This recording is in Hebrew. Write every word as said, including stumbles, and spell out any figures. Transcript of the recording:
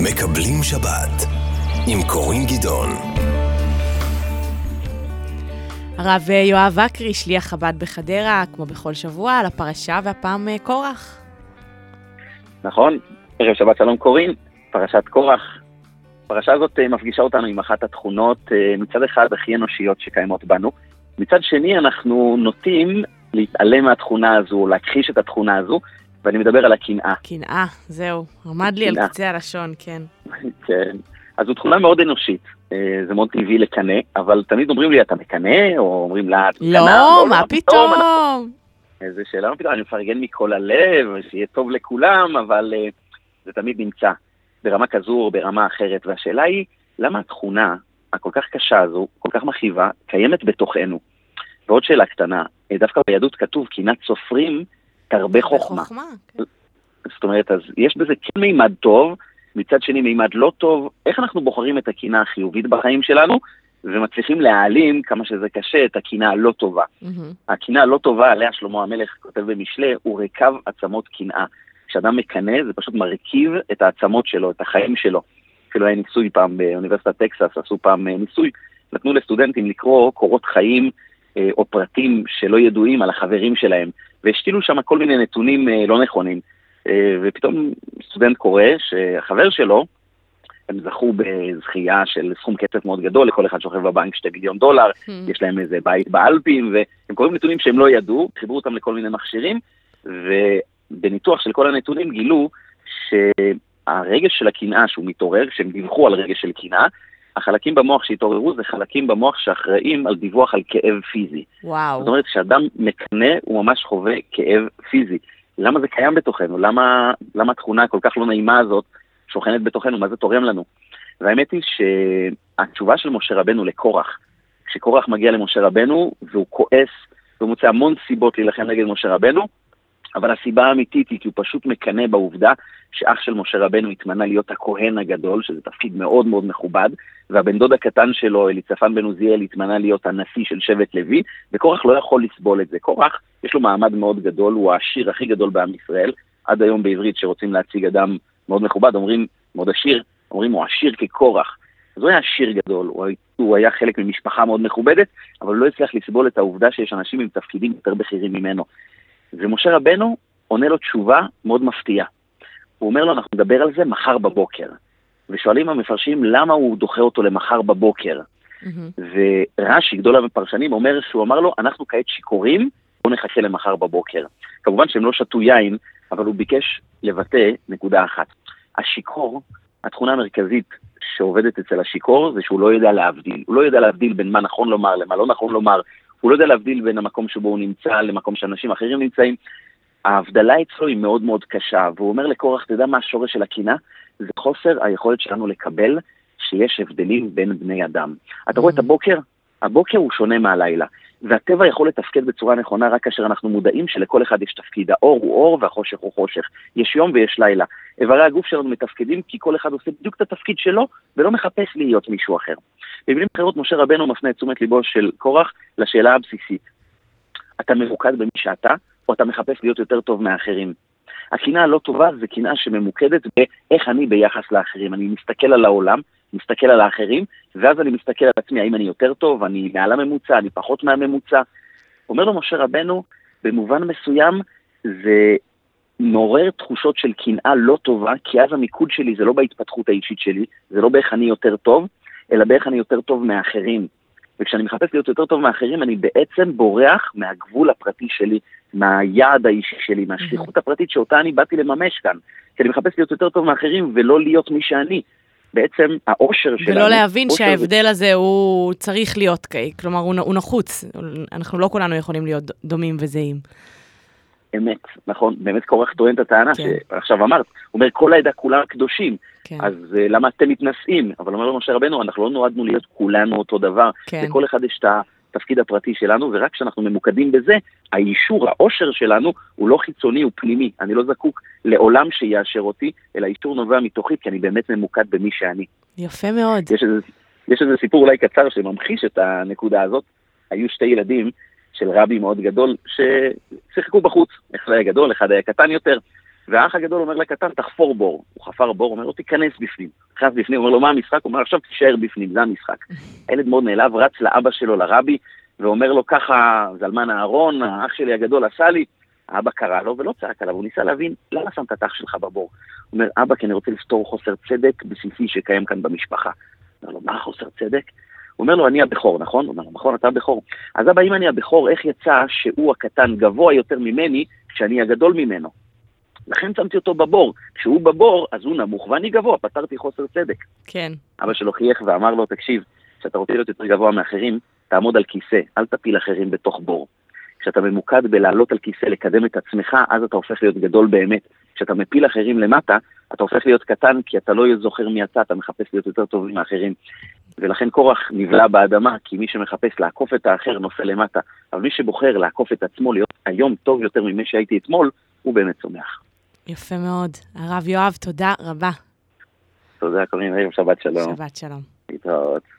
מקבלים שבת עם קורין גדעון. הרב יואב אקרי, שליח חב"ד בחדרה, כמו בכל שבוע, על הפרשה והפעם קורח. נכון, ערב שבת שלום קורין, פרשת קורח. הפרשה הזאת מפגישה אותנו עם אחת התכונות, מצד אחד הכי אנושיות שקיימות בנו, מצד שני אנחנו נוטים להתעלם מהתכונה הזו, להכחיש את התכונה הזו, ואני מדבר על הקנאה. קנאה, זהו, עמד לי על קצה הלשון, כן. כן, אז זו תכונה מאוד אנושית, זה מאוד טבעי לקנא, אבל תמיד אומרים לי, אתה מקנא, או אומרים לה, לא, מה פתאום? איזה שאלה, מה פתאום, אני מפרגן מכל הלב, שיהיה טוב לכולם, אבל זה תמיד נמצא ברמה כזו או ברמה אחרת, והשאלה היא, למה התכונה הכל כך קשה הזו, כל כך מכאיבה, קיימת בתוכנו? ועוד שאלה קטנה, דווקא ביהדות כתוב, קנאת סופרים תרבה חוכמה. זאת אומרת, אז יש בזה כן מימד טוב, מצד שני מימד לא טוב. איך אנחנו בוחרים את הקנאה החיובית בחיים שלנו, ומצליחים להעלים, כמה שזה קשה, את הקנאה הלא טובה. הקנאה הלא טובה, עליה שלמה המלך כותב במשלי, הוא רכב עצמות קנאה. כשאדם מקנא, זה פשוט מרכיב את העצמות שלו, את החיים שלו. אפילו היה ניסוי פעם באוניברסיטת טקסס, עשו פעם ניסוי, נתנו לסטודנטים לקרוא קורות חיים או פרטים שלא ידועים על החברים שלהם, והשתילו שם כל מיני נתונים לא נכונים, ופתאום סטודנט קורא שהחבר שלו, הם זכו בזכייה של סכום כסף מאוד גדול, לכל אחד שוכב בבנק שתי מיליון דולר, יש להם איזה בית באלפים, והם קוראים נתונים שהם לא ידעו, חיברו אותם לכל מיני מכשירים, ובניתוח של כל הנתונים גילו שהרגש של הקנאה שהוא מתעורר, שהם דיווחו על רגש של קנאה, החלקים במוח שהתעוררו זה חלקים במוח שאחראים על דיווח על כאב פיזי. וואו. זאת אומרת, כשאדם מקנא הוא ממש חווה כאב פיזי. למה זה קיים בתוכנו? למה, למה התכונה כל כך לא נעימה הזאת שוכנת בתוכנו? מה זה תורם לנו? והאמת היא שהתשובה של משה רבנו לקורח, כשקורח מגיע למשה רבנו והוא כועס, והוא מוצא המון סיבות להילחם נגד משה רבנו, אבל הסיבה האמיתית היא כי הוא פשוט מקנא בעובדה שאח של משה רבנו התמנה להיות הכהן הגדול, שזה תפקיד מאוד מאוד מכובד, והבן דוד הקטן שלו, אליצפן בן עוזיאל, התמנה להיות הנשיא של שבט לוי, וקורח לא יכול לסבול את זה. קורח, יש לו מעמד מאוד גדול, הוא העשיר הכי גדול בעם ישראל, עד היום בעברית שרוצים להציג אדם מאוד מכובד, אומרים, מאוד עשיר, אומרים הוא עשיר כקורח. אז הוא היה עשיר גדול, הוא, הוא היה חלק ממשפחה מאוד מכובדת, אבל הוא לא הצליח לסבול את העובדה שיש אנשים עם תפקידים יותר בכירים ממנו. ומשה רבנו עונה לו תשובה מאוד מפתיעה. הוא אומר לו, אנחנו נדבר על זה מחר בבוקר. ושואלים המפרשים למה הוא דוחה אותו למחר בבוקר. Mm-hmm. ורש"י, גדול הפרשנים, אומר שהוא אמר לו, אנחנו כעת שיכורים, בוא נחכה למחר בבוקר. כמובן שהם לא שתו יין, אבל הוא ביקש לבטא נקודה אחת. השיקור, התכונה המרכזית שעובדת אצל השיקור, זה שהוא לא יודע להבדיל. הוא לא יודע להבדיל בין מה נכון לומר, למה לא נכון לומר. הוא לא יודע להבדיל בין המקום שבו הוא נמצא למקום שאנשים אחרים נמצאים. ההבדלה אצלו היא מאוד מאוד קשה, והוא אומר לקורח, אתה יודע מה השורש של הקנאה? זה חוסר היכולת שלנו לקבל שיש הבדלים בין בני אדם. אתה רואה את הבוקר? הבוקר הוא שונה מהלילה, והטבע יכול לתפקד בצורה נכונה רק כאשר אנחנו מודעים שלכל אחד יש תפקיד. האור הוא אור והחושך הוא חושך. יש יום ויש לילה. איברי הגוף שלנו מתפקדים כי כל אחד עושה בדיוק את התפקיד שלו, ולא מחפש להיות מישהו אחר. במילים אחרות, משה רבנו מפנה את תשומת ליבו של קורח לשאלה הבסיסית. אתה ממוקד במי שאתה, או אתה מחפש להיות יותר טוב מאחרים? הקנאה הלא טובה זה קנאה שממוקדת באיך אני ביחס לאחרים. אני מסתכל על העולם, מסתכל על האחרים, ואז אני מסתכל על עצמי, האם אני יותר טוב, אני מעל הממוצע, אני פחות מהממוצע. אומר לו משה רבנו, במובן מסוים זה מעורר תחושות של קנאה לא טובה, כי אז המיקוד שלי זה לא בהתפתחות האישית שלי, זה לא באיך אני יותר טוב, אלא באיך אני יותר טוב מאחרים. וכשאני מחפש להיות יותר טוב מאחרים, אני בעצם בורח מהגבול הפרטי שלי, מהיעד האישי שלי, מהשליחות הפרטית שאותה אני באתי לממש כאן. כי אני מחפש להיות יותר טוב מאחרים ולא להיות מי שאני. בעצם האושר שלנו... ולא להבין שההבדל הזה הוא צריך להיות, כלומר הוא נחוץ. אנחנו לא כולנו יכולים להיות דומים וזהים. אמת, נכון, באמת קורח טוען את הטענה שעכשיו אמרת, הוא אומר כל העדה כולם קדושים, אז למה אתם מתנשאים? אבל אומר לו משה רבנו, אנחנו לא נועדנו להיות כולנו אותו דבר, לכל אחד יש את התפקיד הפרטי שלנו, ורק כשאנחנו ממוקדים בזה, האישור, האושר שלנו הוא לא חיצוני, הוא פנימי, אני לא זקוק לעולם שיאשר אותי, אלא אישור נובע מתוכי, כי אני באמת ממוקד במי שאני. יפה מאוד. יש איזה, יש איזה סיפור אולי קצר שממחיש את הנקודה הזאת, היו שתי ילדים, של רבי מאוד גדול, ששיחקו בחוץ. אחד היה גדול, אחד היה קטן יותר, והאח הגדול אומר לקטן, תחפור בור. הוא חפר בור, אומר לו, תיכנס בפנים. נכנס בפנים, הוא אומר לו, מה המשחק? הוא אומר, עכשיו תישאר בפנים, זה המשחק. הילד מאוד נעלב, רץ לאבא שלו, לרבי, ואומר לו, ככה, זלמן הארון, האח שלי הגדול עשה לי. האבא קרא לו ולא צעק עליו, הוא ניסה להבין, למה שמת את האח שלך בבור? הוא אומר, אבא, כי אני רוצה לפתור חוסר צדק בסיסי שקיים כאן במשפחה. הוא אומר לו, מה חוסר צדק? הוא אומר לו, אני הבכור, נכון? הוא אומר לו, נכון, אתה הבכור. אז אבא, אם אני הבכור, איך יצא שהוא הקטן גבוה יותר ממני, כשאני הגדול ממנו? לכן שמתי אותו בבור. כשהוא בבור, אז הוא נמוך ואני גבוה, פתרתי חוסר צדק. כן. אבא שלו חייך ואמר לו, תקשיב, כשאתה רוצה להיות יותר גבוה מאחרים, תעמוד על כיסא, אל תפיל אחרים בתוך בור. כשאתה ממוקד בלעלות על כיסא, לקדם את עצמך, אז אתה הופך להיות גדול באמת. כשאתה מפיל אחרים למטה, אתה הופך להיות קטן, כי אתה לא זוכר מי אתה, אתה מחפש להיות יותר טוב מאחרים. ולכן קורח נבלע באדמה, כי מי שמחפש לעקוף את האחר נופל למטה. אבל מי שבוחר לעקוף את עצמו, להיות היום טוב יותר ממי שהייתי אתמול, הוא באמת צומח. יפה מאוד. הרב יואב, תודה רבה. תודה, קוראים, ערב שבת שלום. שבת שלום. להתראות.